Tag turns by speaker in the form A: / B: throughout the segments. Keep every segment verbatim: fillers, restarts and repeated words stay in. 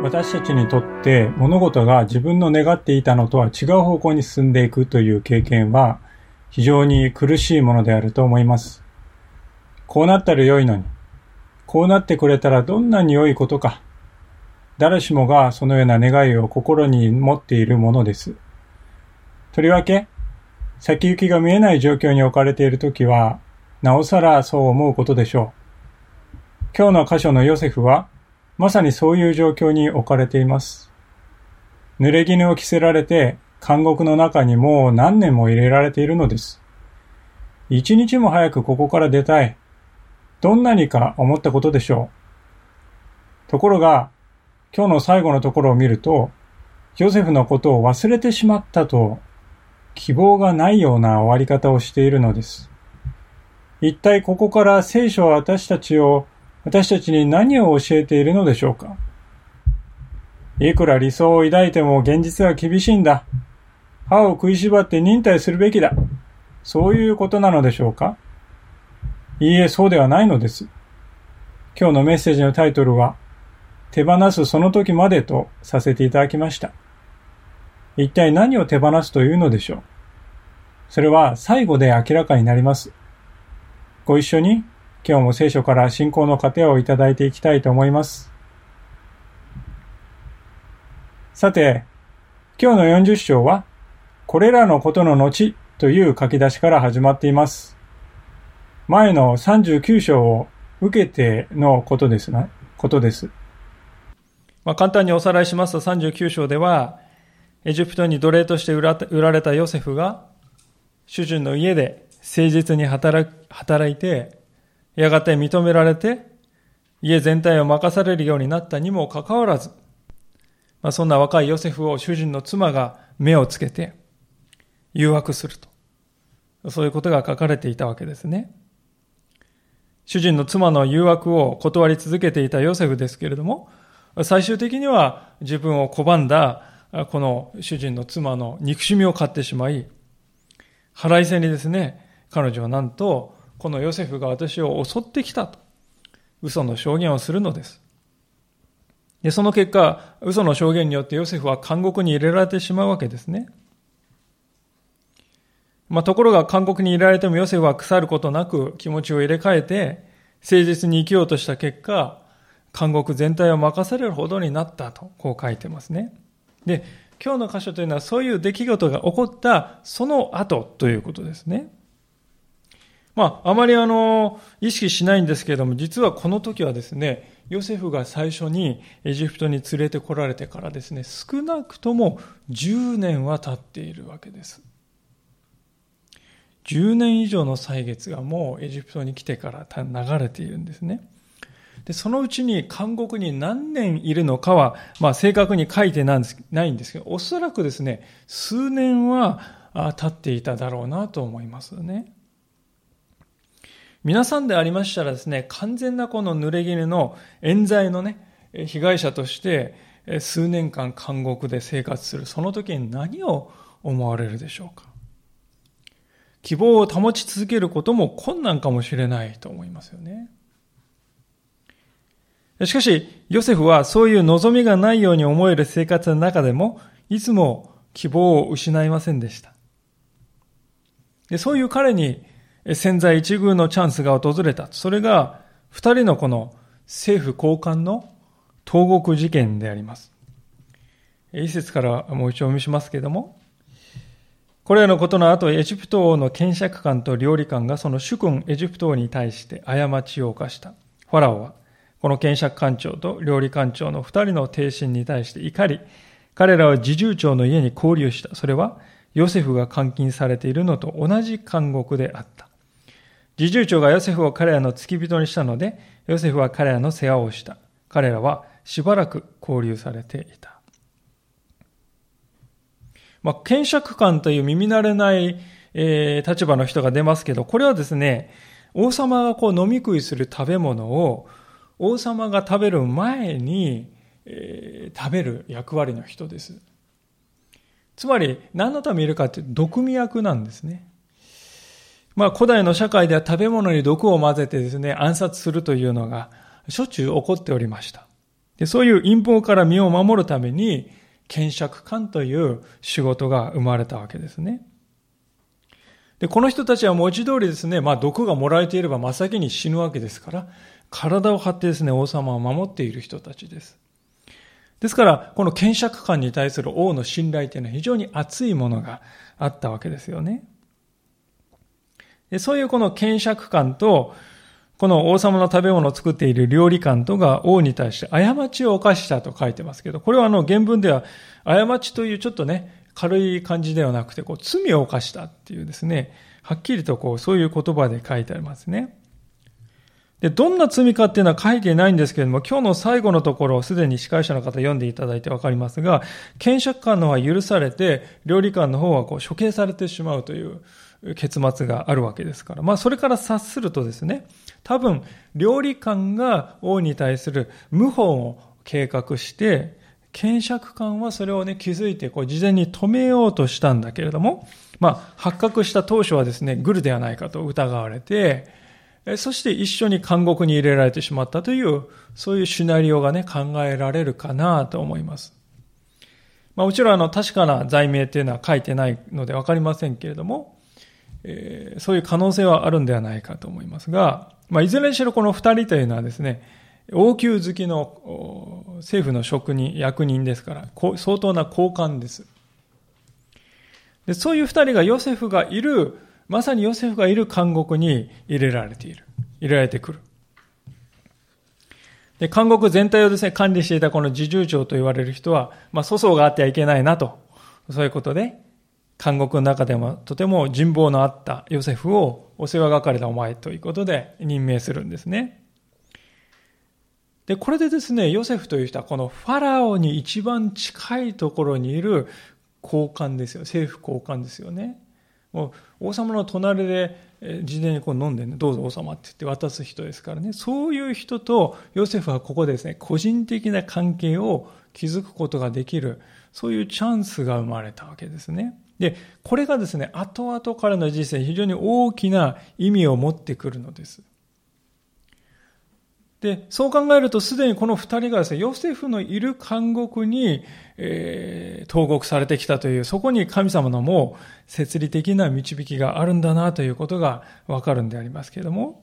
A: 私たちにとって物事が自分の願っていたのとは違う方向に進んでいくという経験は非常に苦しいものであると思います。こうなったら良いのに、こうなってくれたらどんなに良いことか。誰しもがそのような願いを心に持っているものです。とりわけ、先行きが見えない状況に置かれているときは、なおさらそう思うことでしょう。今日の箇所のヨセフは、まさにそういう状況に置かれています。濡れ衣を着せられて、監獄の中にもう何年も入れられているのです。一日も早くここから出たい。どんなにか思ったことでしょう。ところが、今日の最後のところを見ると、ヨセフのことを忘れてしまったと、希望がないような終わり方をしているのです。一体ここから聖書は私たちを、私たちに何を教えているのでしょうか。いくら理想を抱いても現実は厳しいんだ。歯を食いしばって忍耐するべきだ。そういうことなのでしょうか。いいえ、そうではないのです。今日のメッセージのタイトルは、手放すその時までとさせていただきました。一体何を手放すというのでしょう。それは最後で明らかになります。ご一緒に今日も聖書から信仰の糧をいただいていきたいと思います。さて、今日のよんじゅっ章は、これらのことの後という書き出しから始まっています。前のさんじゅうきゅう章を受けてのことですね、ことです。まあ、簡単におさらいしますとさんじゅうきゅう章では、エジプトに奴隷として売られたヨセフが、主人の家で誠実に働いて、やがて認められて、家全体を任されるようになったにもかかわらず、まあ、そんな若いヨセフを主人の妻が目をつけて、誘惑すると。そういうことが書かれていたわけですね。主人の妻の誘惑を断り続けていたヨセフですけれども、最終的には自分を拒んだこの主人の妻の憎しみを買ってしまい、腹いせにですね、彼女はなんとこのヨセフが私を襲ってきたと嘘の証言をするのです。で、その結果、嘘の証言によってヨセフは監獄に入れられてしまうわけですね。まあ、ところが監獄に入れられてもヨセフは腐ることなく気持ちを入れ替えて誠実に生きようとした結果、監獄全体を任されるほどになったとこう書いてますね。で、今日の箇所というのはそういう出来事が起こったその後ということですね。まあ、あまりあの、意識しないんですけれども、実はこの時はですね、ヨセフが最初にエジプトに連れてこられてからですね、少なくともじゅうねんは経っているわけです。じゅうねん以上の歳月がもうエジプトに来てから流れているんですね。で、そのうちに監獄に何年いるのかは、まあ正確に書いてないんですけど、おそらくですね、数年は経っていただろうなと思いますね。皆さんでありましたらですね、完全なこの濡れ衣の冤罪のね、被害者として数年間監獄で生活する、その時に何を思われるでしょうか。希望を保ち続けることも困難かもしれないと思いますよね。しかし、ヨセフはそういう望みがないように思える生活の中でも、いつも希望を失いませんでした。で、そういう彼に千載一遇のチャンスが訪れた。それが、二人のこの政府高官の投獄事件であります。一節からもう一度お見せしますけれども、これらのことの後、エジプト王の検釈官と料理官がその主君エジプト王に対して過ちを犯した。ファラオは、この検釈官長と料理官長の二人の帝臣に対して怒り、彼らは侍従長の家に拘留した。それは、ヨセフが監禁されているのと同じ監獄であった。侍従長がヨセフを彼らの付き人にしたので、ヨセフは彼らの世話をした。彼らはしばらく拘留されていた。まあ、検釈官という耳慣れない、えー、立場の人が出ますけど、これはですね、王様がこう飲み食いする食べ物を王様が食べる前に、えー、食べる役割の人です。つまり何のためにいるかというと毒味役なんですね。まあ古代の社会では食べ物に毒を混ぜてですね、暗殺するというのがしょっちゅう起こっておりました。 で、そういう陰謀から身を守るために、検釈官という仕事が生まれたわけですね。で、この人たちは文字通りですね、まあ毒がもらえていれば真っ先に死ぬわけですから、体を張ってですね、王様を守っている人たちです。ですから、この検釈官に対する王の信頼というのは非常に厚いものがあったわけですよね。で、そういうこの検釈官と、この王様の食べ物を作っている料理官とが王に対して過ちを犯したと書いてますけど、これはあの原文では過ちというちょっとね、軽い感じではなくて、こう罪を犯したっていうですね、はっきりとこうそういう言葉で書いてありますね。で、どんな罪かっていうのは書いていないんですけれども、今日の最後のところをすでに司会者の方読んでいただいてわかりますが、検釈官の方は許されて、料理官の方はこう処刑されてしまうという結末があるわけですから。まあそれから察するとですね、多分料理官が王に対する謀反を計画して、検釈官はそれをね気づいてこう事前に止めようとしたんだけれども、まあ発覚した当初はですね、グルではないかと疑われて、そして一緒に監獄に入れられてしまったという、そういうシナリオがね考えられるかなと思います。まあもちろんあの確かな罪名っていうのは書いてないのでわかりませんけれども、えー、そういう可能性はあるんではないかと思いますが、まあ、いずれにしろこの二人というのはですね、王宮好きの政府の職人、役人ですから、相当な高官です。で、そういう二人がヨセフがいる、まさにヨセフがいる監獄に入れられている。入れられてくる。で、監獄全体をですね、管理していたこの侍従長と言われる人は、まあ、粗相があってはいけないなと、そういうことで、監獄の中でもとても人望のあったヨセフをお世話係のお前ということで任命するんですね。で、これでですね、ヨセフという人はこのファラオに一番近いところにいる高官ですよ。政府高官ですよね。もう王様の隣で事前にこう飲んでね、どうぞ王様って言って渡す人ですからね。そういう人とヨセフはここでですね、個人的な関係を築くことができる、そういうチャンスが生まれたわけですね。で、これがですね、後々彼の人生に非常に大きな意味を持ってくるのです。で、そう考えるとすでにこの二人がですね、ヨセフのいる監獄に、えー、投獄されてきたという、そこに神様のもう摂理的な導きがあるんだなということがわかるんでありますけれども、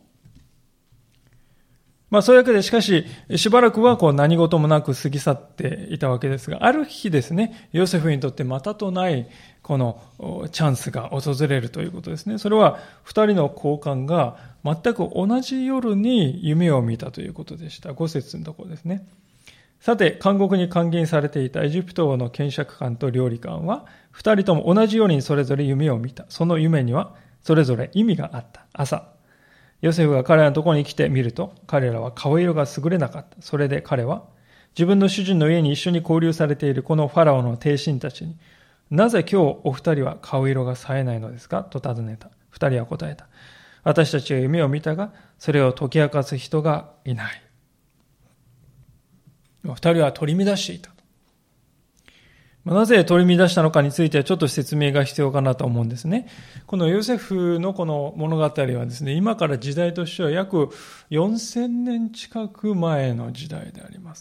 A: まあそういうわけでしかし、しばらくはこう何事もなく過ぎ去っていたわけですが、ある日ですね、ヨセフにとってまたとないこのチャンスが訪れるということですね。それは二人の高官が全く同じ夜に夢を見たということでした。ご節のところですね。さて、監獄に監禁されていたエジプト王の検釈官と料理官は、二人とも同じようにそれぞれ夢を見た。その夢にはそれぞれ意味があった。朝、ヨセフが彼らのところに来てみると、彼らは顔色が優れなかった。それで彼は、自分の主人の家に一緒に交流されているこのファラオの帝臣たちに、なぜ今日お二人は顔色が冴えないのですかと尋ねた。二人は答えた。私たちは夢を見たが、それを解き明かす人がいない。二人は取り乱していた。なぜ取り乱したのかについてはちょっと説明が必要かなと思うんですね。このヨセフのこの物語はですね、今から時代としては約よんせんねん近く前の時代であります。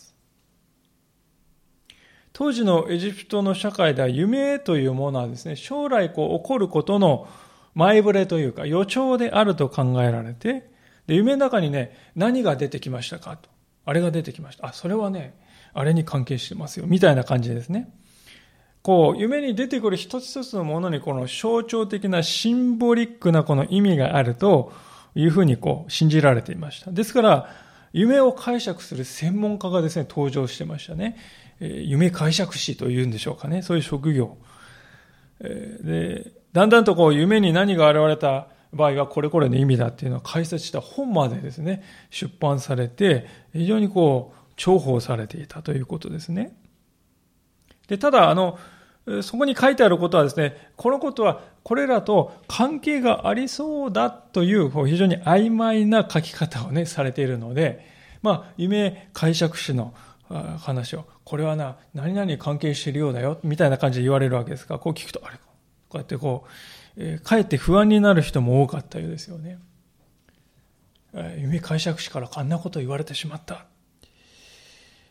A: 当時のエジプトの社会では夢というものはですね、将来こう起こることの前触れというか予兆であると考えられて、で夢の中にね、何が出てきましたかと。あれが出てきました。あ、それはね、あれに関係してますよ。みたいな感じですね。こう、夢に出てくる一つ一つのものにこの象徴的なシンボリックなこの意味があるというふうにこう信じられていました。ですから、夢を解釈する専門家がですね、登場してましたね。えー、夢解釈士というんでしょうかね。そういう職業。えー、で、だんだんとこう夢に何が現れた場合はこれこれの意味だっていうのを解説した本までですね、出版されて、非常にこう重宝されていたということですね。で、ただ、あの、そこに書いてあることはですね、このことはこれらと関係がありそうだという非常に曖昧な書き方をね、されているので、まあ、夢解釈士の話を、これはな、何々に関係しているようだよ、みたいな感じで言われるわけですが、こう聞くと、あれ、こうやってこう、えー、かえって不安になる人も多かったようですよね。えー、夢解釈士からあんなことを言われてしまった。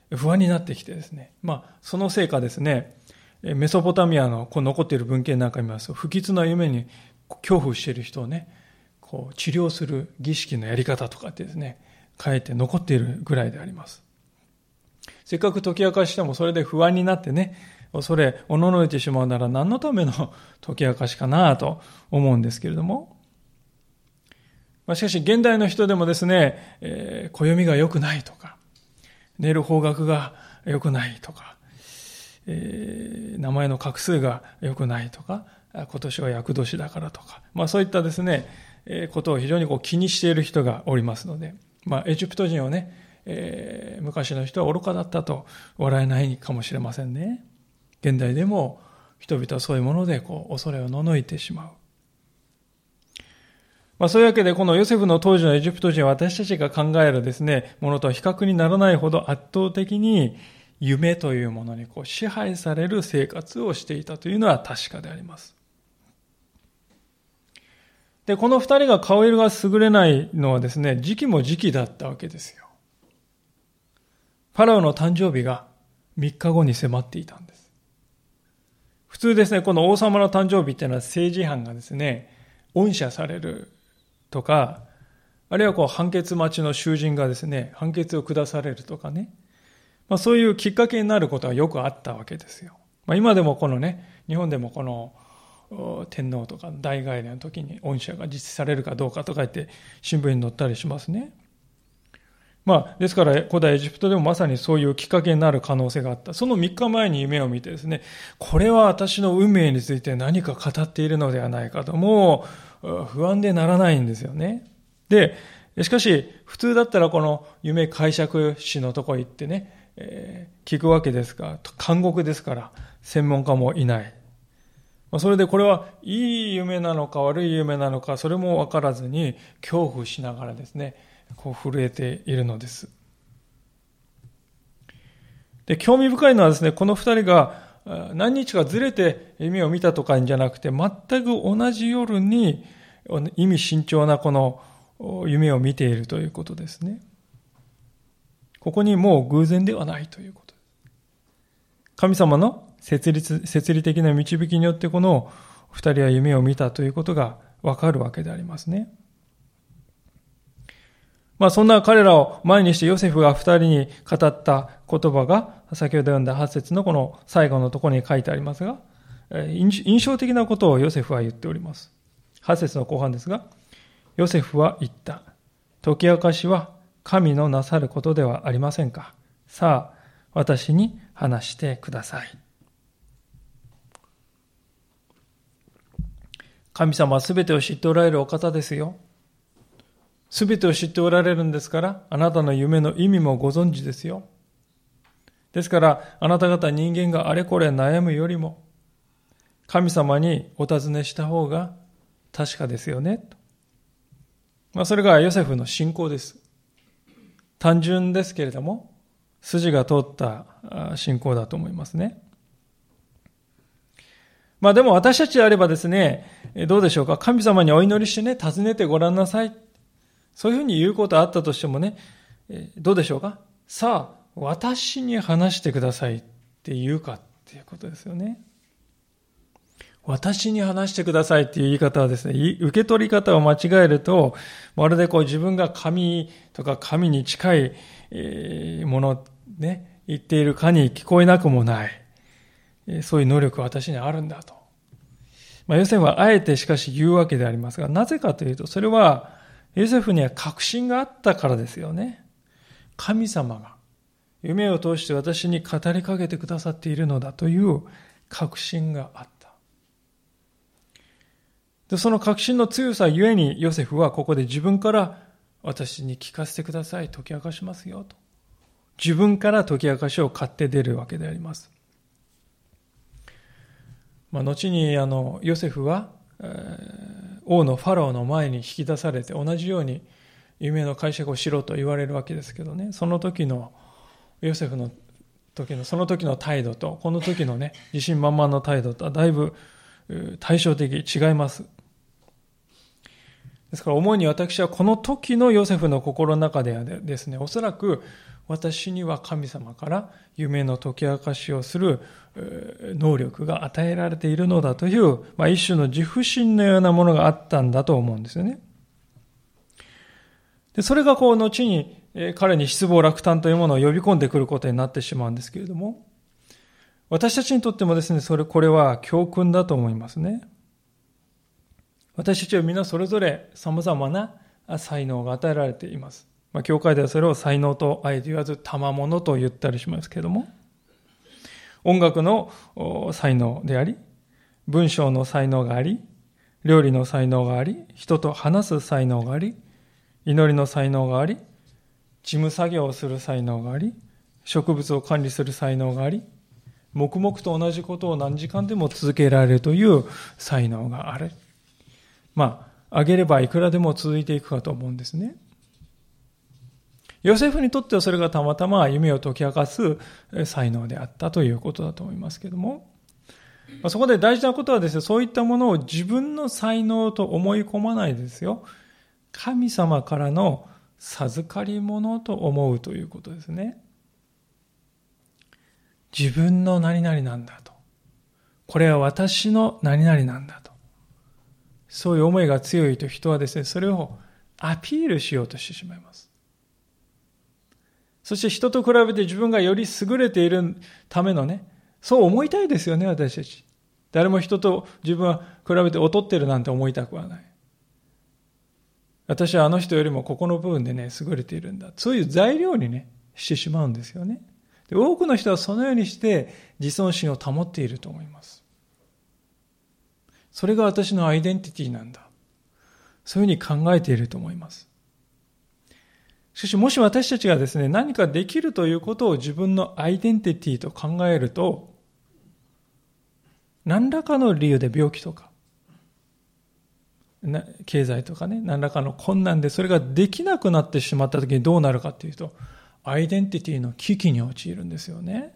A: 不安になってきてですね、まあ、そのせいかですね、メソポタミアのこう残っている文献なんか見ますと、不吉な夢に恐怖している人をね、こう治療する儀式のやり方とかってですね、書いて残っているぐらいであります。せっかく解き明かしてもそれで不安になってね、恐れ、おののいてしまうなら何のための解き明かしかなと思うんですけれども、まあ、しかし現代の人でもですね、えー、暦が良くないとか、寝る方角が良くないとか、えー、名前の画数が良くないとか、今年は厄年だからとか、まあそういったですね、えー、ことを非常にこう気にしている人がおりますので、まあエジプト人をね、えー、昔の人は愚かだったと笑えないかもしれませんね。現代でも人々はそういうものでこう恐れをののいてしまう。まあそういうわけでこのヨセフの当時のエジプト人は私たちが考えるですね、ものとは比較にならないほど圧倒的に夢というものにこう支配される生活をしていたというのは確かであります。で、この二人が顔色が優れないのはですね、時期も時期だったわけですよ。ファラオの誕生日がみっかごに迫っていたんです。普通ですね、この王様の誕生日っていうのは政治犯がですね、恩赦されるとか、あるいはこう判決待ちの囚人がですね、判決を下されるとかね、まあ、そういうきっかけになることはよくあったわけですよ。まあ、今でもこのね、日本でもこの天皇とか大外礼の時に恩赦が実施されるかどうかとか言って新聞に載ったりしますね。まあ、ですから古代エジプトでもまさにそういうきっかけになる可能性があった。そのみっかまえに夢を見てですね、これは私の運命について何か語っているのではないかと、もう不安でならないんですよね。で、しかし普通だったらこの夢解釈士のとこ行ってね、えー、聞くわけですが、監獄ですから専門家もいない。それでこれはいい夢なのか悪い夢なのか、それも分からずに恐怖しながらですね、こう震えているのです。で、興味深いのはですね、この二人が何日かずれて夢を見たとかじゃなくて、全く同じ夜に意味深長なこの夢を見ているということですね。ここにもう偶然ではないということです。神様の設立、設理的な導きによってこの二人は夢を見たということがわかるわけでありますね。まあそんな彼らを前にしてヨセフが二人に語った言葉が先ほど読んだはち節のこの最後のところに書いてありますが、印象的なことをヨセフは言っております。はち節の後半ですが、ヨセフは言った。解き明かしは神のなさることではありませんか。さあ、私に話してください。神様はすべてを知っておられるお方ですよ。すべてを知っておられるんですから、あなたの夢の意味もご存知ですよ。ですから、あなた方人間があれこれ悩むよりも、神様にお尋ねした方が確かですよね。まあ、それがヨセフの信仰です。単純ですけれども、筋が通った信仰だと思いますね。まあでも私たちであればですね、どうでしょうか。神様にお祈りしてね、尋ねてごらんなさい。そういうふうに言うことあったとしてもね、どうでしょうか。さあ、私に話してくださいって言うかっていうことですよね。私に話してくださいっていう言い方はですね、受け取り方を間違えると、まるでこう自分が神とか神に近いものね、言っているかに聞こえなくもない。そういう能力は私にあるんだと。まあ、ヨセフはあえてしかし言うわけでありますが、なぜかというと、それはヨセフには確信があったからですよね。神様が夢を通して私に語りかけてくださっているのだという確信があった。で、その確信の強さゆえにヨセフはここで自分から私に聞かせてください、解き明かしますよと。自分から解き明かしを買って出るわけであります。まあ、後にあのヨセフは、えー、王のファラオの前に引き出されて同じように夢の解釈をしろと言われるわけですけどね、その時のヨセフの時のその時の態度とこの時のね自信満々の態度とはだいぶ対照的違います。ですから思いに私はこの時のヨセフの心の中ではですね、おそらく
B: 私には神様から夢の解き明かしをする能力が与えられているのだという、まあ、一種の自負心のようなものがあったんだと思うんですよね。でそれがこう後に彼に失望落胆というものを呼び込んでくることになってしまうんですけれども、私たちにとってもですね、それこれは教訓だと思いますね。私たちは皆それぞれ様々な才能が与えられています。まあ、教会ではそれを才能とあえて言わず賜物と言ったりしますけれども、音楽の才能であり、文章の才能があり、料理の才能があり、人と話す才能があり、祈りの才能があり、事務作業をする才能があり、植物を管理する才能があり、黙々と同じことを何時間でも続けられるという才能がある。まあ、あげればいくらでも続いていくかと思うんですね。ヨセフにとってはそれがたまたま夢を解き明かす才能であったということだと思いますけれども、そこで大事なことはですね、そういったものを自分の才能と思い込まないですよ。神様からの授かり物と思うということですね。自分の何々なんだと。これは私の何々なんだと。そういう思いが強いと人はですね、それをアピールしようとしてしまいます。そして人と比べて自分がより優れているためのね、そう思いたいですよね、私たち。誰も人と自分は比べて劣ってるなんて思いたくはない。私はあの人よりもここの部分でね、優れているんだ。そういう材料にね、してしまうんですよね。で、多くの人はそのようにして自尊心を保っていると思います。それが私のアイデンティティなんだ。そういうふうに考えていると思います。しかしもし私たちがですね、何かできるということを自分のアイデンティティと考えると、何らかの理由で病気とか、経済とかね、何らかの困難でそれができなくなってしまったときにどうなるかというと、アイデンティティの危機に陥るんですよね。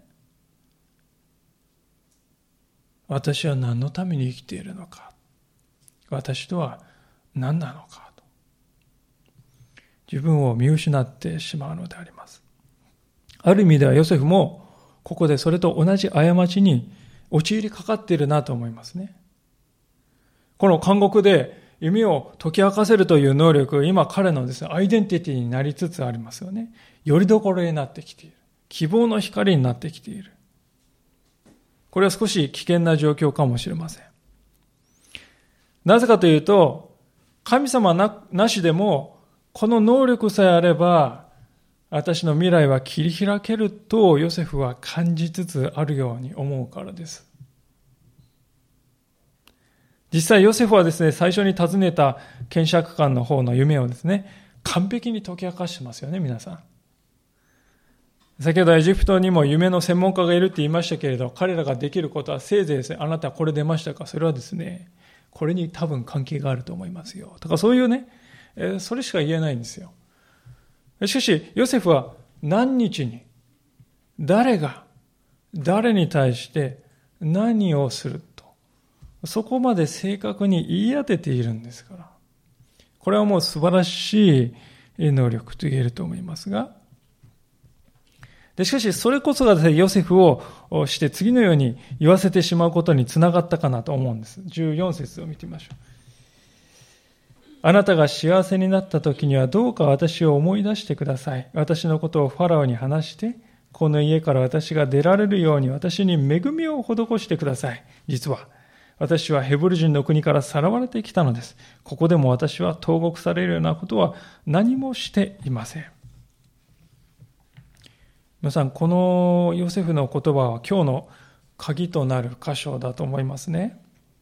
B: 私は何のために生きているのか。私とは何なのかと。自分を見失ってしまうのであります。ある意味ではヨセフもここでそれと同じ過ちに陥りかかっているなと思いますね。この監獄で夢を解き明かせるという能力、今彼のですね、アイデンティティになりつつありますよね。よりどころになってきている。希望の光になってきている。これは少し危険な状況かもしれません。なぜかというと、神様 な, なしでも、この能力さえあれば、私の未来は切り開けるとヨセフは感じつつあるように思うからです。実際ヨセフはですね、最初に訪ねた検釈官の方の夢をですね、完璧に解き明かしてますよね、皆さん。先ほどエジプトにも夢の専門家がいるって言いましたけれど、彼らができることはせいぜいですね、あなたはこれ出ましたか、それはですね、これに多分関係があると思いますよ。だからそういうね、それしか言えないんですよ。しかし、ヨセフは何日に、誰が、誰に対して何をすると、そこまで正確に言い当てているんですから。これはもう素晴らしい能力と言えると思いますが、でしかしそれこそがですね、ヨセフをして次のように言わせてしまうことにつながったかなと思うんです。じゅうよん節を見てみましょう。あなたが幸せになった時にはどうか私を思い出してください。私のことをファラオに話して、この家から私が出られるように私に恵みを施してください。実は私はヘブル人の国からさらわれてきたのです。ここでも私は投獄されるようなことは何もしていません。皆さん、このヨセフの言葉は今日の鍵となる箇所だと思いますね。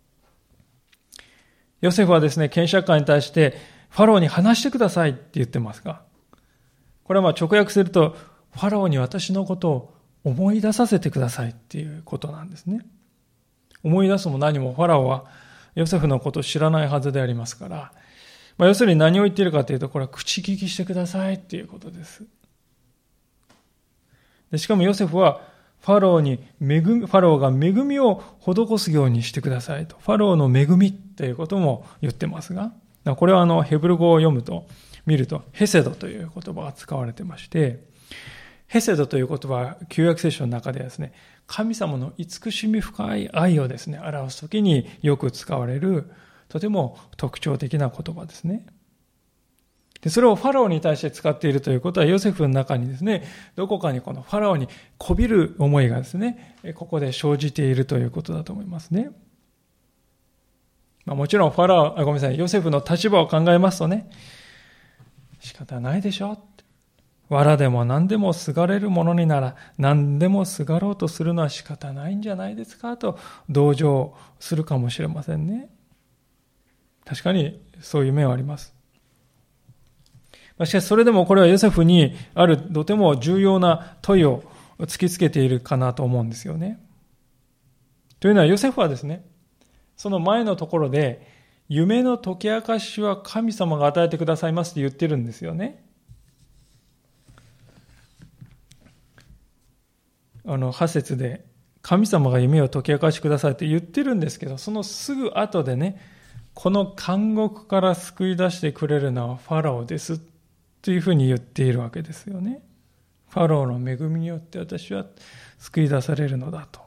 B: ヨセフはですね、検釈官に対してファラオに話してくださいって言ってますが、これはまあ直訳すると、ファラオに私のことを思い出させてくださいっていうことなんですね。思い出すも何もファラオはヨセフのことを知らないはずでありますから、まあ、要するに何を言っているかというと、これは口聞きしてくださいっていうことです。でしかもヨセフはファローに恵み、ファローが恵みを施すようにしてくださいと。ファローの恵みということも言ってますが、これはあのヘブル語を読むと、見るとヘセドという言葉が使われてまして、 ヘセドという言葉は旧約聖書の中ではですね、神様の慈しみ深い愛をですね、表すときによく使われる、とても特徴的な言葉ですね。で、それをファラオに対して使っているということは、ヨセフの中にですね、どこかにこのファラオにこびる思いがですね、ここで生じているということだと思いますね。まあ、もちろんファラオ、あ、ごめんなさい、ヨセフの立場を考えますとね、仕方ないでしょ。藁でも何でもすがれるものになら、何でもすがろうとするのは仕方ないんじゃないですかと同情するかもしれませんね。確かにそういう面はあります。しかしそれでもこれはヨセフにあるとても重要な問いを突きつけているかなと思うんですよね。というのはヨセフはですね、その前のところで夢の解き明かしは神様が与えてくださいますって言ってるんですよね。あのは節で神様が夢を解き明かしてくださいって言ってるんですけど、そのすぐ後でね、この監獄から救い出してくれるのはファラオですというふうに言っているわけですよね。ファラオの恵みによって私は救い出されるのだと。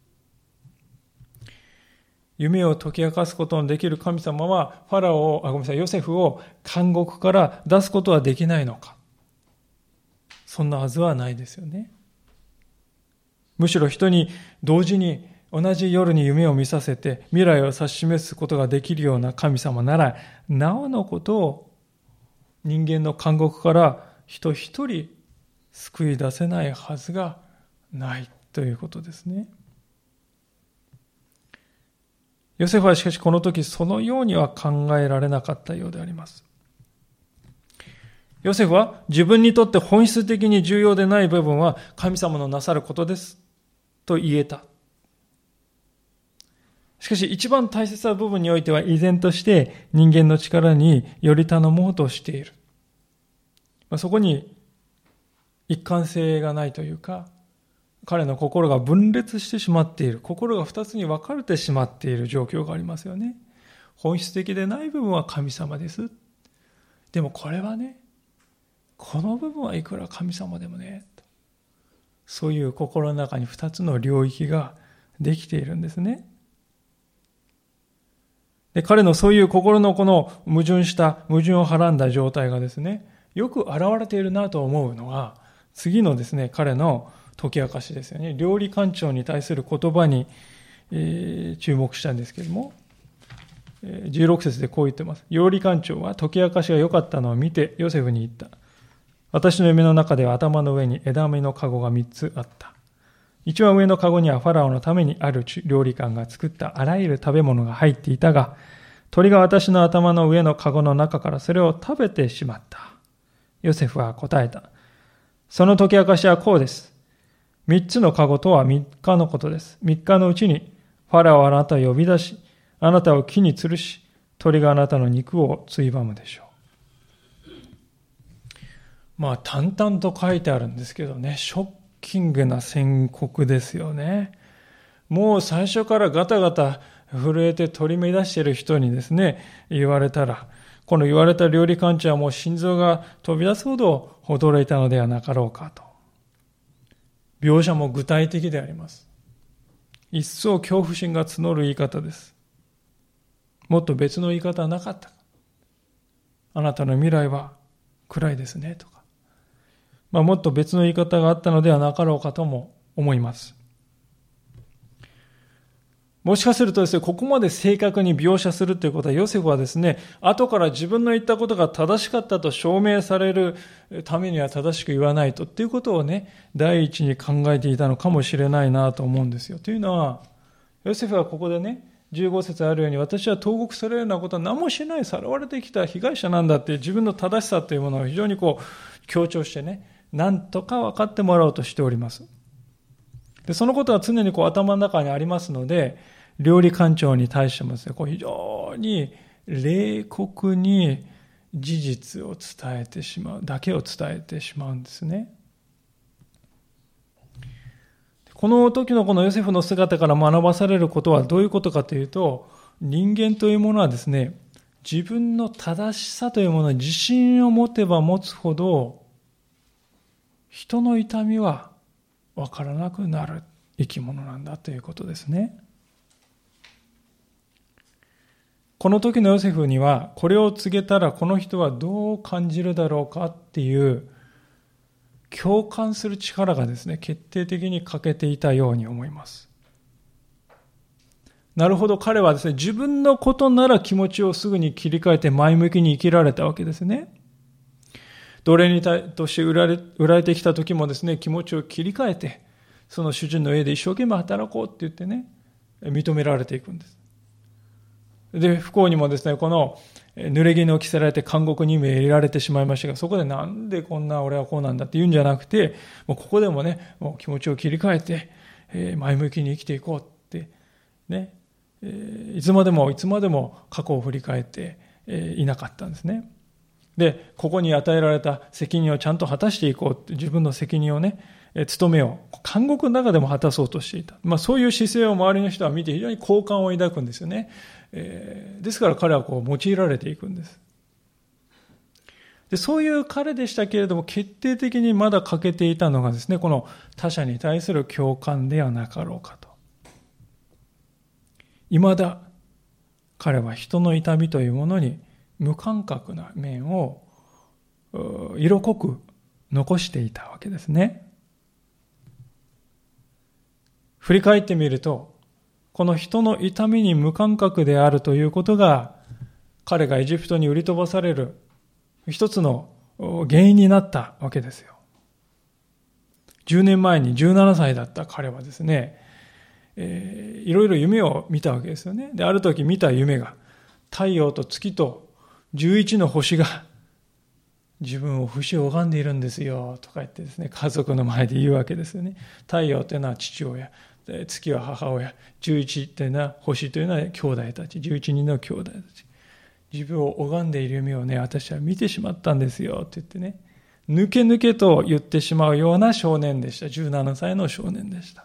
B: 夢を解き明かすことのできる神様はファラオを、あ、ごめんなさい、ヨセフを監獄から出すことはできないのか。そんなはずはないですよね。むしろ人に同時に同じ夜に夢を見させて未来を指し示すことができるような神様なら、なおのことを人間の監獄から人一人救い出せないはずがないということですね。ヨセフはしかしこの時そのようには考えられなかったようであります。ヨセフは自分にとって本質的に重要でない部分は神様のなさることですと言えた。しかし一番大切な部分においては依然として人間の力により頼もうとしている。そこに一貫性がないというか、彼の心が分裂してしまっている、心が二つに分かれてしまっている状況がありますよね。本質的でない部分は神様です。でもこれはね、この部分はいくら神様でもね、そういう心の中に二つの領域ができているんですね。で、彼のそういう心のこの矛盾した、矛盾をはらんだ状態がですね、よく現れているなと思うのが、次のですね、彼の解き明かしですよね。料理官長に対する言葉に、えー、注目したんですけれども、えー、じゅうろく節でこう言ってます。料理官長は解き明かしが良かったのを見てヨセフに言った。私の夢の中では頭の上に枝芽の籠が三つあった。一番上の籠にはファラオのためにある料理官が作ったあらゆる食べ物が入っていたが、鳥が私の頭の上の籠の中からそれを食べてしまった。ヨセフは答えた。その解き明かしはこうです。三つの籠とは三日のことです。三日のうちにファラオはあなたを呼び出し、あなたを木に吊るし、鳥があなたの肉をついばむでしょう。まあ淡々と書いてあるんですけどね、ショッキングな宣告ですよね。もう最初からガタガタ震えて取り乱している人にですね、言われたら、この言われた料理官長はもう心臓が飛び出すほど驚いたのではなかろうかと。描写も具体的であります。一層恐怖心が募る言い方です。もっと別の言い方はなかったか。あなたの未来は暗いですねとか。まあ、もっと別の言い方があったのではなかろうかとも思います。もしかするとですね、ここまで正確に描写するということは、ヨセフはですね、後から自分の言ったことが正しかったと証明されるためには正しく言わないとっていうことをね、第一に考えていたのかもしれないなと思うんですよ。というのは、ヨセフはここでね、じゅうご節あるように、私は投獄されるようなことは何もしない、さらわれてきた被害者なんだって自分の正しさというものを非常にこう強調してね、なんとか分かってもらおうとしております。で、そのことは常にこう頭の中にありますので、料理官長に対してもですね、こう非常に冷酷に事実を伝えてしまう、だけを伝えてしまうんですね。この時のこのヨセフの姿から学ばされることはどういうことかというと、人間というものはですね、自分の正しさというものに自信を持てば持つほど、 人の痛みはわからなくなる生き物なんだということですね。この時のヨセフには、これを告げたらこの人はどう感じるだろうかっていう共感する力がですね、決定的に欠けていたように思います。なるほど、彼はですね、自分のことなら気持ちをすぐに切り替えて前向きに生きられたわけですね。奴隷にとして売られ、売られてきた時もですね、気持ちを切り替えて、その主人の家で一生懸命働こうって言ってね、認められていくんです。で、不幸にもですね、この濡れ衣を着せられて監獄に入れられてしまいましたが、そこでなんでこんな俺はこうなんだって言うんじゃなくて、もうここでもね、もう気持ちを切り替えて、えー、前向きに生きていこうってね、えー、いつまでもいつまでも過去を振り返って、えー、いなかったんですね。で、ここに与えられた責任をちゃんと果たしていこうって、自分の責任をね、えー、務めを監獄の中でも果たそうとしていた。まあそういう姿勢を周りの人は見て非常に好感を抱くんですよね。えー、ですから彼はこう用いられていくんです。で、そういう彼でしたけれども、決定的にまだ欠けていたのがですね、この他者に対する共感ではなかろうかと。未だ彼は人の痛みというものに無感覚な面を色濃く残していたわけですね。振り返ってみると、この人の痛みに無感覚であるということが、彼がエジプトに売り飛ばされる一つの原因になったわけですよ。じゅうねんまえにじゅうななさいだった彼はですね、えー、いろいろ夢を見たわけですよね。で、ある時見た夢が、太陽と月とじゅういちの星が自分を節を拝んでいるんですよとか言ってですね、家族の前で言うわけですよね。太陽というのは父親、月は母親、じゅういちというのは星というのは兄弟たち、じゅういちにんの兄弟たち。自分を拝んでいる夢をね、私は見てしまったんですよって言ってね、抜け抜けと言ってしまうような少年でした。じゅうななさいの少年でした。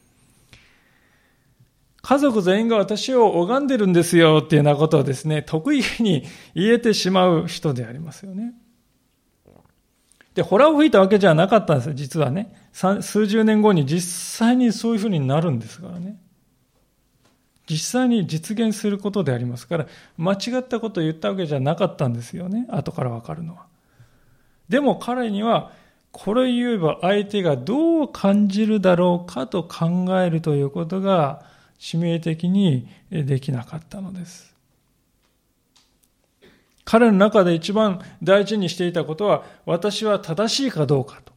B: 家族全員が私を拝んでるんですよっていうようなことをですね、得意に言えてしまう人でありますよね。で、ホラを吹いたわけじゃなかったんですよ、実はね。数十年後に実際にそういうふうになるんですからね。実際に実現することでありますから、間違ったことを言ったわけじゃなかったんですよね。後からわかるのは。でも彼には、これ言えば相手がどう感じるだろうかと考えるということが致命的にできなかったのです。彼の中で一番大事にしていたことは、私は正しいかどうかと。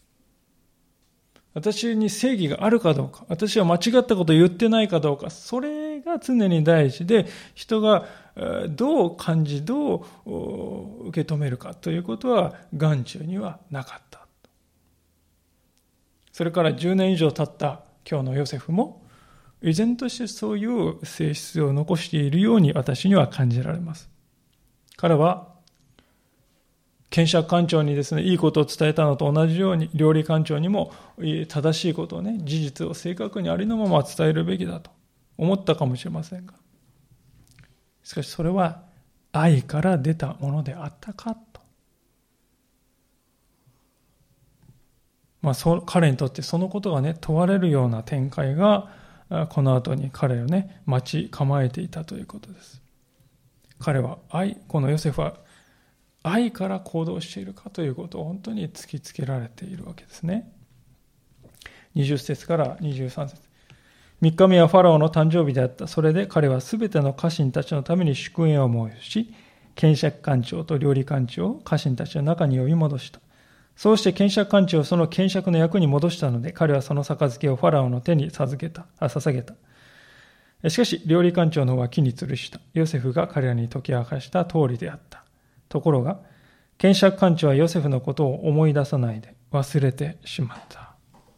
B: 私に正義があるかどうか、私は間違ったことを言ってないかどうか、それが常に大事で、人がどう感じ、どう受け止めるかということは眼中にはなかった。それからじゅうねん以上経った今日のヨセフも、依然としてそういう性質を残しているように私には感じられます。彼は、検察官長にですね、いいことを伝えたのと同じように、料理官長にも正しいことをね、事実を正確にありのまま伝えるべきだと思ったかもしれませんが、しかしそれは愛から出たものであったかと。まあ、そ彼にとってそのことがね、問われるような展開が、この後に彼をね、待ち構えていたということです。彼は愛、このヨセフは愛から行動しているかということを本当に突きつけられているわけですね。にじゅっ節からにじゅうさん節。三日目はファラオの誕生日であった。それで彼はすべての家臣たちのために祝宴を催し、検察官長と料理官長を家臣たちの中に呼び戻した。そうして検察官長をその検察の役に戻したので、彼はその杯をファラオの手に授けた、あ、捧げた。しかし、料理官長の方は木に吊るした。ヨセフが彼らに解き明かした通りであった。ところが、検察官長はヨセフのことを思い出さないで忘れてしまった。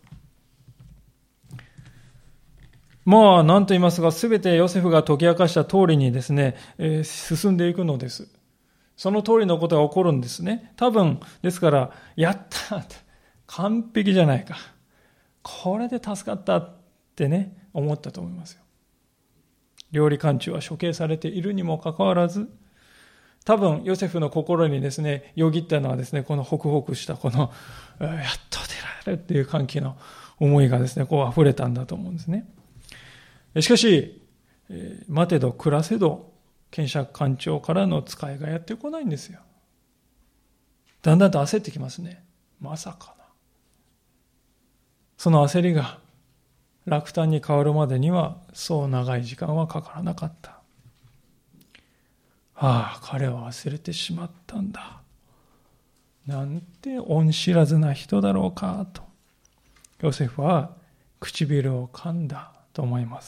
B: まあ、何と言いますか、すべてヨセフが解き明かした通りにですね、えー、進んでいくのです。その通りのことが起こるんですね。多分、ですから、やった完璧じゃないか。これで助かったってね、思ったと思いますよ。料理官長は処刑されているにもかかわらず、 多分ヨセフの心にですね、よぎったのはですね、このホクホクしたこの、やっと出られるっていう歓喜の思いがですね、こう溢れたんだと思うんですね。しかし、待てど暮らせど、検釈官長からの使いがやってこないんですよ。だんだんと焦ってきますね。まさかな。その焦りが落胆に変わるまでにはそう長い時間はかからなかった。ああ、彼は忘れてしまったんだ。なんて恩知らずな人だろうかと、ヨセフは唇を噛んだと思います。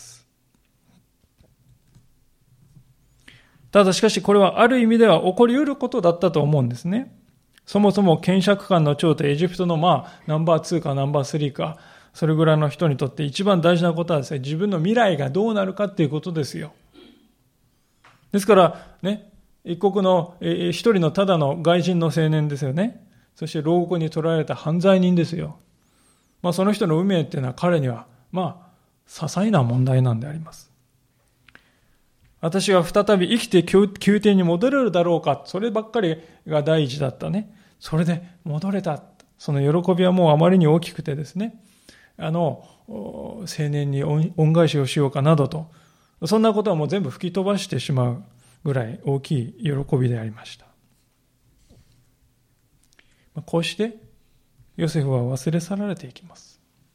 B: ただしかしこれはある意味では起こり得ることだったと思うんですね。そもそも検釈官の長ってエジプトのまあナンバーツーかナンバースリーかそれぐらいの人にとって一番大事なことはですね、自分の未来がどうなるかっていうことですよ。ですからね、一国の一人のただの外人の青年ですよね。そして牢獄に取られた犯罪人ですよ。まあその人の運命っていうのは彼にはまあ些細な問題なんであります。私は再び生きて宮廷に戻れるだろうか、そればっかりが第一だったね。それで戻れた。その喜びはもうあまりに大きくてですね、あの青年に恩返しをしようかなどと、そんなことはもう全部吹き飛ばしてしまうぐらい大きい喜びでありました。こうしてヨセフは忘れ去られていきます。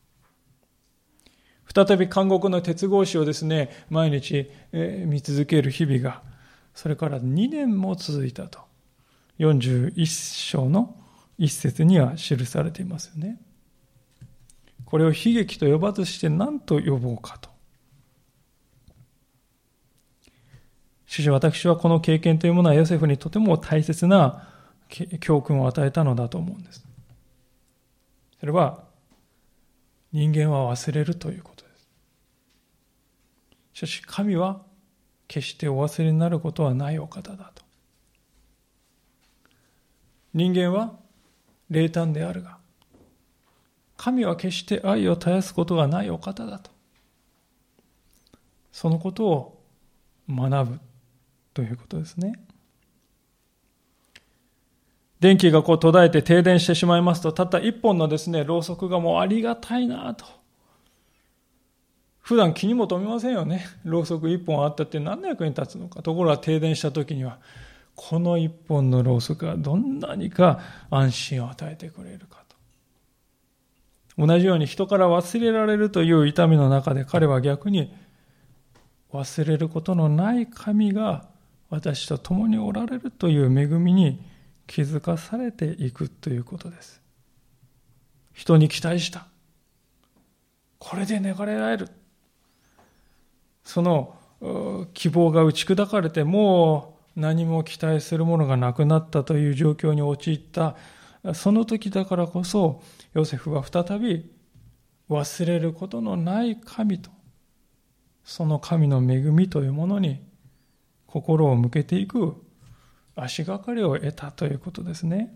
B: 再び監獄の鉄格子をですね、毎日見続ける日々が、それからにねんも続いたと、よんじゅういっ章の一節には記されていますよね。これを悲劇と呼ばずして何と呼ぼうかと。しかし私はこの経験というものはヨセフにとても大切な教訓を与えたのだと思うんです。それは人間は忘れるということです。しかし神は決してお忘れになることはないお方だと。人間は冷淡であるが、神は決して愛を絶やすことがないお方だと。そのことを学ぶということですね。電気がこう途絶えて停電してしまいますと、たった一本のですね、ろうそくがもうありがたいなと。普段気にも留めませんよね。ろうそく一本あったって何の役に立つのか。ところが停電した時には、この一本のろうそくがどんなにか安心を与えてくれるかと。同じように人から忘れられるという痛みの中で、彼は逆に忘れることのない神が私と共におられるという恵みに気づかされていくということです。人に期待した。これで逃れられる。その希望が打ち砕かれて、もう何も期待するものがなくなったという状況に陥ったその時だからこそ、ヨセフは再び忘れることのない神と、その神の恵みというものに心を向けていく足がかりを得たということですね。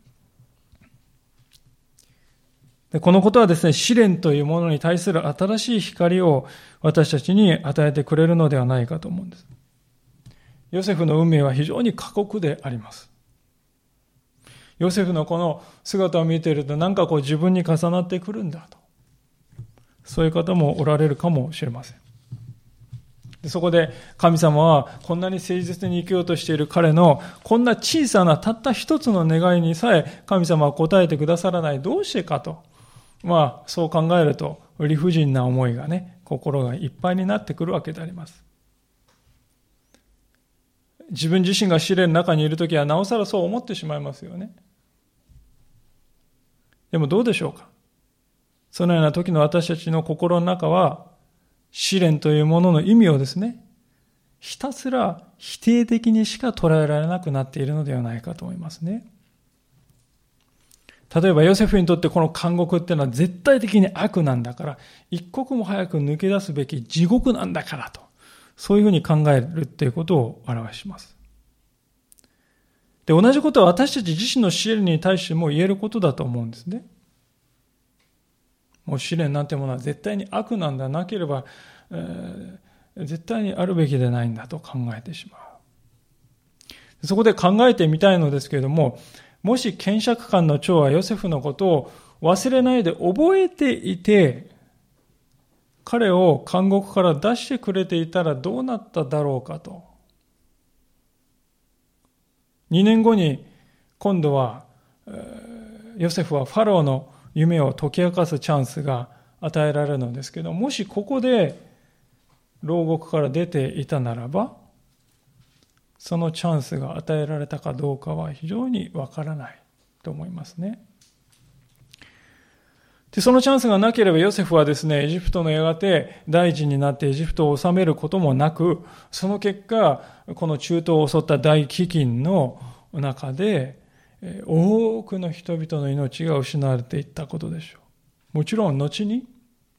B: でこのことはですね、試練というものに対する新しい光を私たちに与えてくれるのではないかと思うんです。ヨセフの運命は非常に過酷であります。ヨセフのこの姿を見ていると、なんかこう自分に重なってくるんだと、そういう方もおられるかもしれません。でそこで神様はこんなに誠実に生きようとしている彼のこんな小さなたった一つの願いにさえ神様は答えてくださらない。どうしてかと、まあそう考えると理不尽な思いがね、心がいっぱいになってくるわけであります。自分自身が試練の中にいるときはなおさらそう思ってしまいますよね。でもどうでしょうか。そのような時の私たちの心の中は、試練というものの意味をですね、ひたすら否定的にしか捉えられなくなっているのではないかと思いますね。例えばヨセフにとってこの監獄っていうのは絶対的に悪なんだから、一刻も早く抜け出すべき地獄なんだからと、そういうふうに考えるということを表します。で、同じことは私たち自身の試練に対しても言えることだと思うんですね。もう試練なんてものは絶対に悪なんだ、なければ、えー、絶対にあるべきでないんだと考えてしまう。 そこで考えてみたいのですけれども、もし検釈官の長はヨセフのことを忘れないで覚えていて、彼を監獄から出してくれていたらどうなっただろうかと。にねんごに今度はヨセフはファローの夢を解き明かすチャンスが与えられるのですけど、もしここで牢獄から出ていたならば、そのチャンスが与えられたかどうかは非常にわからないと思いますね。で、そのチャンスがなければヨセフはですね、エジプトのやがて大臣になってエジプトを治めることもなく、その結果、この中東を襲った大飢饉の中で、多くの人々の命が失われていったことでしょう。もちろん後に、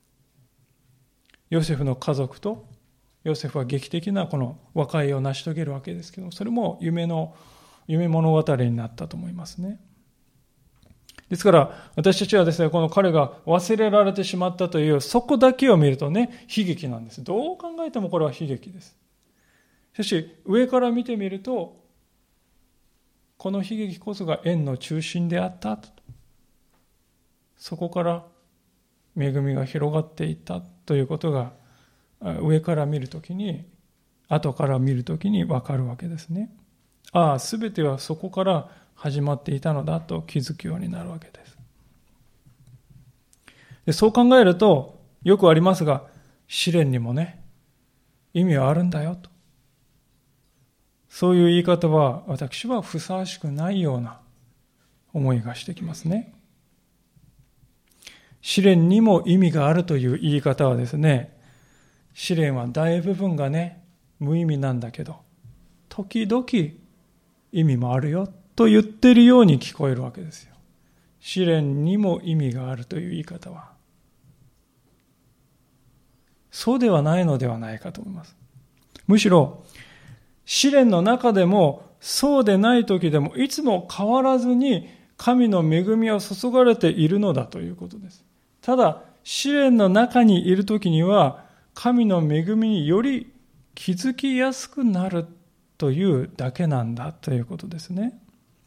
B: ヨセフの家族とヨセフは劇的なこの和解を成し遂げるわけですけど、それも夢の、夢物語になったと思いますね。ですから私たちはですね、この彼が忘れられてしまったというそこだけを見るとね、悲劇なんです。どう考えてもこれは悲劇です。しかし上から見てみると、この悲劇こそが縁の中心であったと。そこから恵みが広がっていったということが上から見るときに、後から見るときに分かるわけですね。ああ、すべてはそこから始まっていたのだと気づくようになるわけです。で、そう考えるとよくありますが、試練にもね、意味はあるんだよと。そういう言い方は私はふさわしくないような思いがしてきますね。試練にも意味があるという言い方はですね、試練は大部分がね、無意味なんだけど、時々意味もあるよと言っているように聞こえるわけですよ。試練にも意味があるという言い方は。そうではないのではないかと思います。むしろ、試練の中でもそうでない時でもいつも変わらずに神の恵みは注がれているのだということです。ただ、試練の中にいる時には神の恵みにより気づきやすくなるというだけなんだということですね。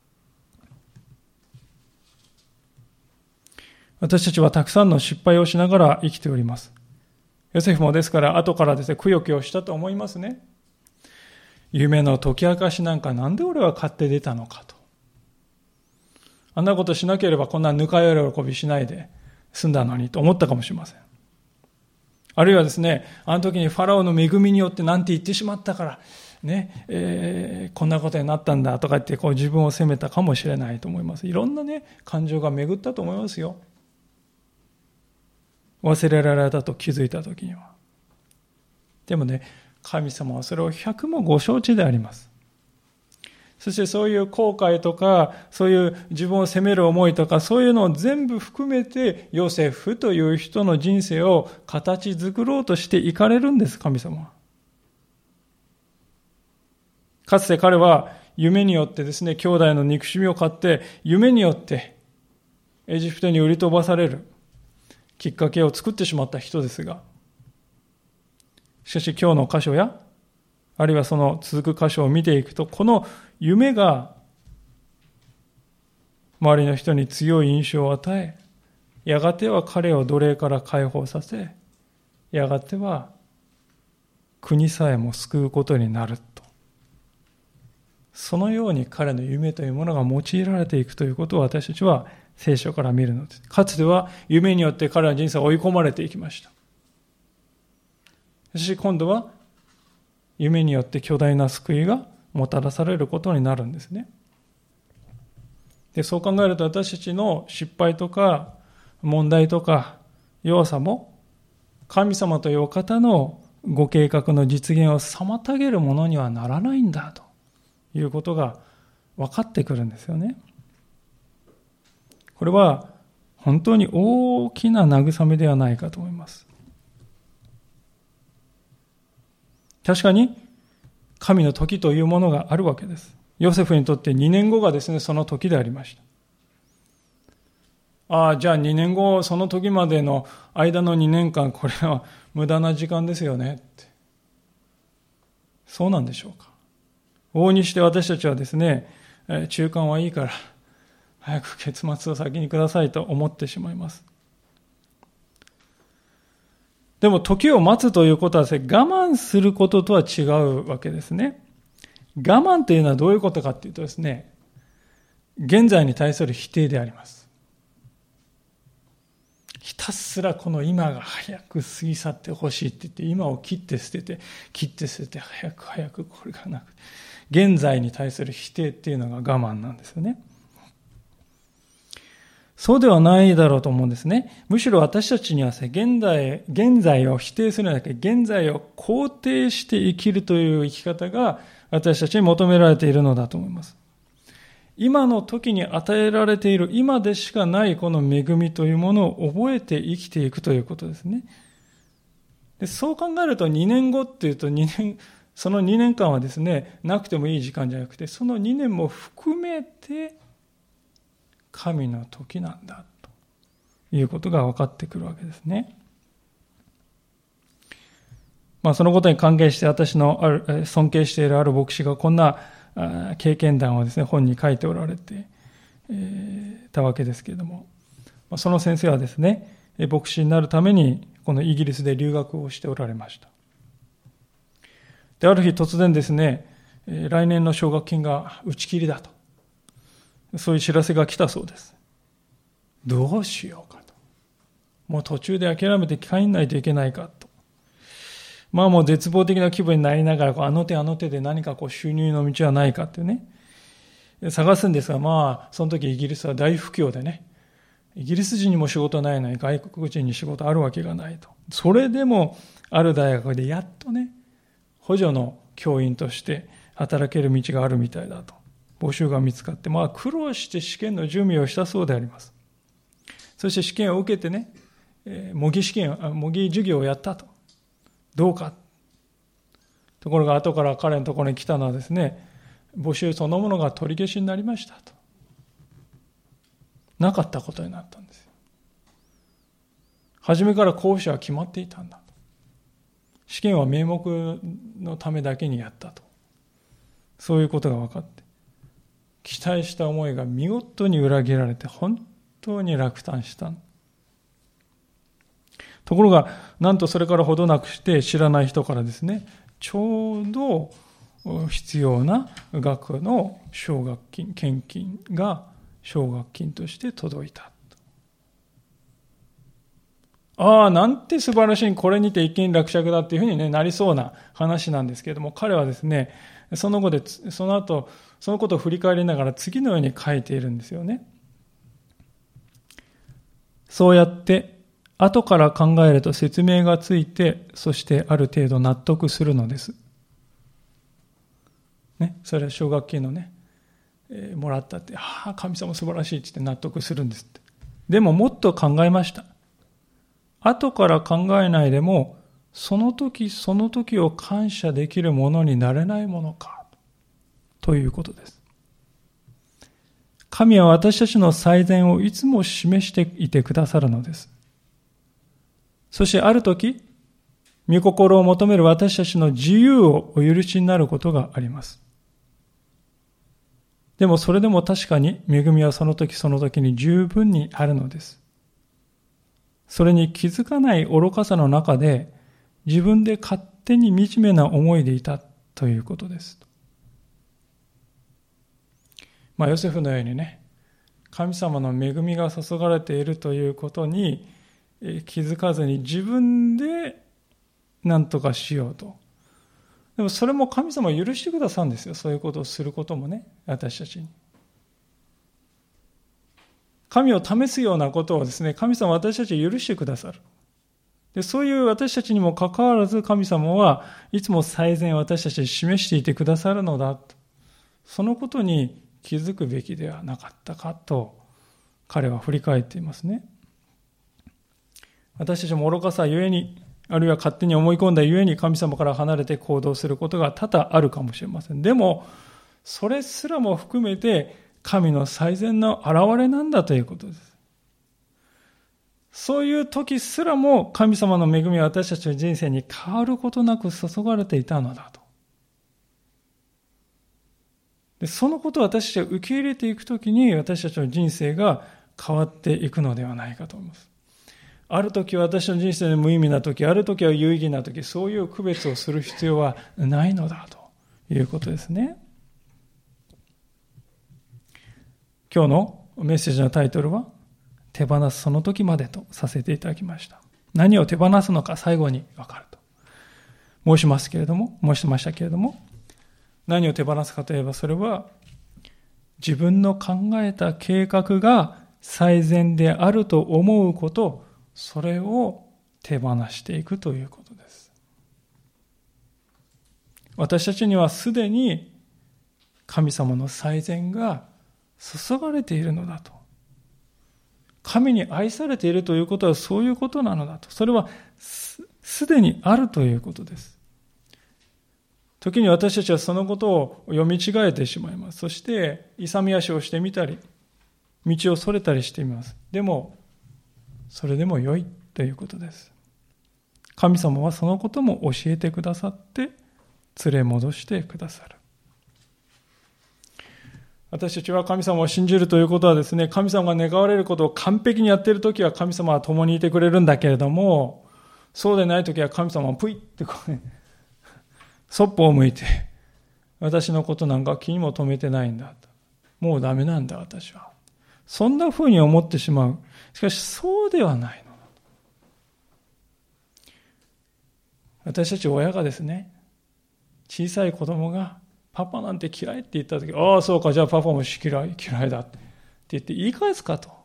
B: 私たちはたくさんの失敗をしながら生きております。ヨセフもですから後からですね、くよくよしたと思いますね。夢の解き明かしなんかなんで俺は買って出たのかと。あんなことしなければこんなぬか喜びしないで済んだのにと思ったかもしれません。あるいはですね、あの時にファラオの恵みによってなんて言ってしまったから、ね、えー、こんなことになったんだとか言ってこう自分を責めたかもしれないと思います。いろんなね、感情が巡ったと思いますよ。忘れられたと気づいた時には。でもね、神様はそれを百もご承知であります。そしてそういう後悔とか、そういう自分を責める思いとか、そういうのを全部含めて、ヨセフという人の人生を形作ろうとしていかれるんです、神様は。かつて彼は夢によってですね、兄弟の憎しみを買って、夢によってエジプトに売り飛ばされるきっかけを作ってしまった人ですが、しかし今日の箇所や、あるいはその続く箇所を見ていくと、この夢が周りの人に強い印象を与え、やがては彼を奴隷から解放させ、やがては国さえも救うことになると。そのように彼の夢というものが用いられていくということを私たちは聖書から見るのです。かつては夢によって彼の人生は追い込まれていきました。そして今度は夢によって巨大な救いがもたらされることになるんですね。で、そう考えると私たちの失敗とか問題とか弱さも神様というお方のご計画の実現を妨げるものにはならないんだということが分かってくるんですよね。これは本当に大きな慰めではないかと思います。確かに神の時というものがあるわけです。ヨセフにとってにねんごがですね、その時でありました。ああ、じゃあにねんご、その時までの間のにねんかん、これは無駄な時間ですよねって。そうなんでしょうか。 往々にして私たちはですね、中間はいいから早く結末を先にくださいと思ってしまいます。でも時を待つということはですね、我慢することとは違うわけですね。我慢というのはどういうことかというとですね、現在に対する否定であります。ひたすらこの今が早く過ぎ去ってほしいって言って、今を切って捨てて、切って捨てて、早く早くこれがなく、現在に対する否定っていうのが我慢なんですよね。そうではないだろうと思うんですね。むしろ私たちには現在、現在を否定するのだけ、現在を肯定して生きるという生き方が私たちに求められているのだと思います。今の時に与えられている今でしかないこの恵みというものを覚えて生きていくということですね。で、そう考えるとにねんごっていうとにねん、そのにねんかんはですね、なくてもいい時間じゃなくて、そのにねんも含めて神の時なんだということが分かってくるわけですね。まあそのことに関係して私のある尊敬しているある牧師がこんな経験談をですね、本に書いておられて、えー、たわけですけれども、その先生はですね、牧師になるためにこのイギリスで留学をしておられました。で、ある日突然ですね、来年の奨学金が打ち切りだと、そういう知らせが来たそうです。どうしようかと。もう途中で諦めて帰んないといけないかと。まあもう絶望的な気分になりながら、こうあの手あの手で何かこう収入の道はないかってね、探すんですが、まあその時イギリスは大不況でね、イギリス人にも仕事ないのに外国人に仕事あるわけがないと。それでもある大学でやっとね、補助の教員として働ける道があるみたいだと。募集が見つかって、まあ苦労して試験の準備をしたそうであります。そして試験を受けてね、えー、模擬試験、模擬授業をやったと。どうか。ところが後から彼のところに来たのはですね、募集そのものが取り消しになりましたと。なかったことになったんですよ。初めから候補者は決まっていたんだと。試験は名目のためだけにやったと。そういうことが分かって、期待した思いが見事に裏切られて本当に落胆した。ところが、なんとそれからほどなくして知らない人からですね、ちょうど必要な額の奨学金、献金が奨学金として届いた。ああ、なんて素晴らしい、これにて一件落着だっていうふうに、ね、なりそうな話なんですけれども、彼はですね、その後で、その後、そのことを振り返りながら次のように書いているんですよね。そうやって、後から考えると説明がついて、そしてある程度納得するのです。ね、それは奨学金のね、えー、もらったって、ああ、神様素晴らしいって言って納得するんですって。でももっと考えました。後から考えないでも、その時その時を感謝できるものになれないものか、ということです。神は私たちの最善をいつも示していてくださるのです。そしてある時、御心を求める私たちの自由をお許しになることがあります。でもそれでも確かに恵みはその時その時に十分にあるのです。それに気づかない愚かさの中で自分で勝手に惨めな思いでいたということです。まあヨセフのようにね、神様の恵みが注がれているということに気づかずに自分で何とかしようと。でもそれも神様は許してくださるんですよ。そういうことをすることもね、私たちに。神を試すようなことをですね、神様は私たちを許してくださる。で、そういう私たちにもかかわらず神様はいつも最善を私たちに示していてくださるのだと。そのことに気づくべきではなかったかと彼は振り返っていますね。私たちも愚かさゆえに、あるいは勝手に思い込んだゆえに神様から離れて行動することが多々あるかもしれません。でも、それすらも含めて神の最善の現れなんだということです。そういう時すらも神様の恵みは私たちの人生に変わることなく注がれていたのだと。 で、そのことを私たちが受け入れていくときに、私たちの人生が変わっていくのではないかと思います。あるときは私の人生で無意味なとき、あるときは有意義なとき、そういう区別をする必要はないのだということですね。今日のメッセージのタイトルは、手放すその時までとさせていただきました。何を手放すのか最後に分かると申しますけれども、申しましたけれども、何を手放すかといえば、それは自分の考えた計画が最善であると思うこと、それを手放していくということです。私たちにはすでに神様の最善が注がれているのだと。神に愛されているということはそういうことなのだと。それはす、すでにあるということです。時に私たちはそのことを読み違えてしまいます。そして勇み足をしてみたり、道をそれたりしてみます。でも、それでも良いということです。神様はそのことも教えてくださって連れ戻してくださる。私たちは神様を信じるということはですね、神様が願われることを完璧にやっているときは神様は共にいてくれるんだけれども、そうでないときは神様はプイってこうね、そっぽを向いて、私のことなんか気にも留めてないんだと。もうダメなんだ私は。そんな風に思ってしまう。しかしそうではないのだ。私たち親がですね、小さい子供がパパなんて嫌いって言ったとき、ああそうか、じゃあパパも嫌い、嫌いだって言って言い返すかと。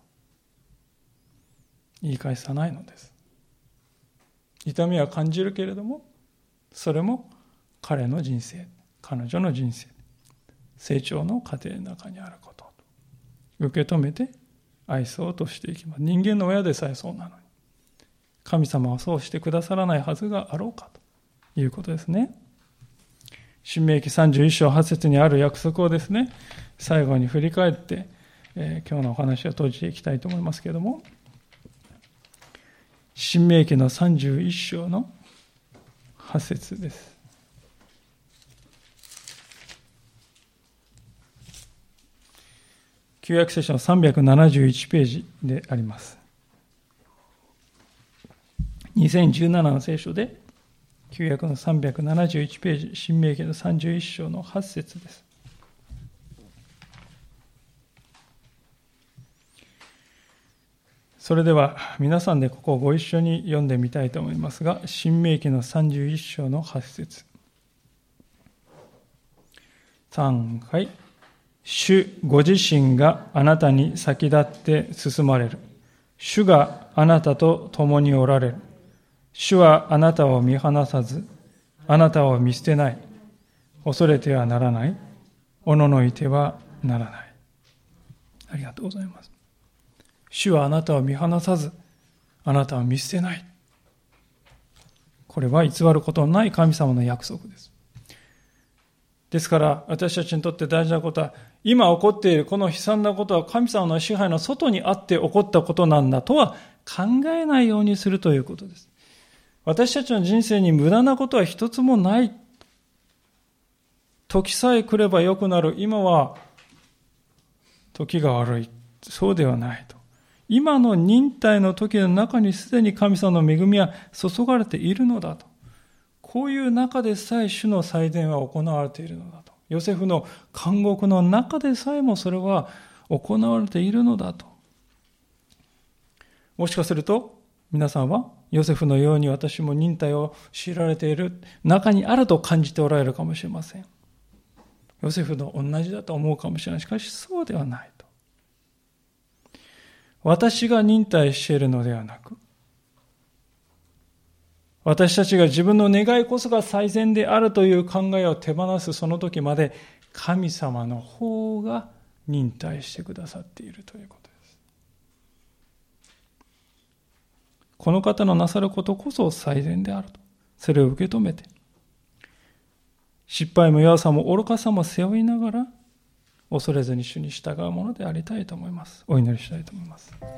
B: 言い返さないのです。痛みは感じるけれども、それも彼の人生、彼女の人生、成長の過程の中にあることと受け止めて愛そうとしていきます。人間の親でさえそうなのに、神様はそうしてくださらないはずがあろうかということですね。申命記さんじゅういっ章はち節にある約束をですね、最後に振り返って、えー、今日のお話を閉じていきたいと思いますけれども、申命記のさんじゅういっ章のはち節です。旧約聖書のさんびゃくななじゅういちページであります。にせんじゅうななの聖書で旧約のさんびゃくななじゅういちページ、申命記のさんじゅういっ章のはち節です。それでは皆さんでここをご一緒に読んでみたいと思いますが、申命記のさんじゅういっ章のはち節。さんはい。主ご自身があなたに先立って進まれる。主があなたと共におられる。主はあなたを見放さず、あなたを見捨てない。恐れてはならない。おののいてはならない。ありがとうございます。主はあなたを見放さず、あなたを見捨てない。これは偽ることのない神様の約束です。ですから私たちにとって大事なことは、今起こっているこの悲惨なことは神様の支配の外にあって起こったことなんだとは考えないようにするということです。私たちの人生に無駄なことは一つもない。時さえ来れば良くなる。今は時が悪い。そうではないと。今の忍耐の時の中にすでに神様の恵みは注がれているのだと。こういう中でさえ主の祭典は行われているのだと。ヨセフの監獄の中でさえもそれは行われているのだと。もしかすると皆さんはヨセフのように私も忍耐を強いられている中にあると感じておられるかもしれません。ヨセフの同じだと思うかもしれない。しかしそうではないと。私が忍耐しているのではなく、私たちが自分の願いこそが最善であるという考えを手放すその時まで、神様の方が忍耐してくださっているということです。この方のなさることこそ最善であると。それを受け止めて、失敗も弱さも愚かさも背負いながら、恐れずに主に従うものでありたいと思います。お祈りしたいと思います。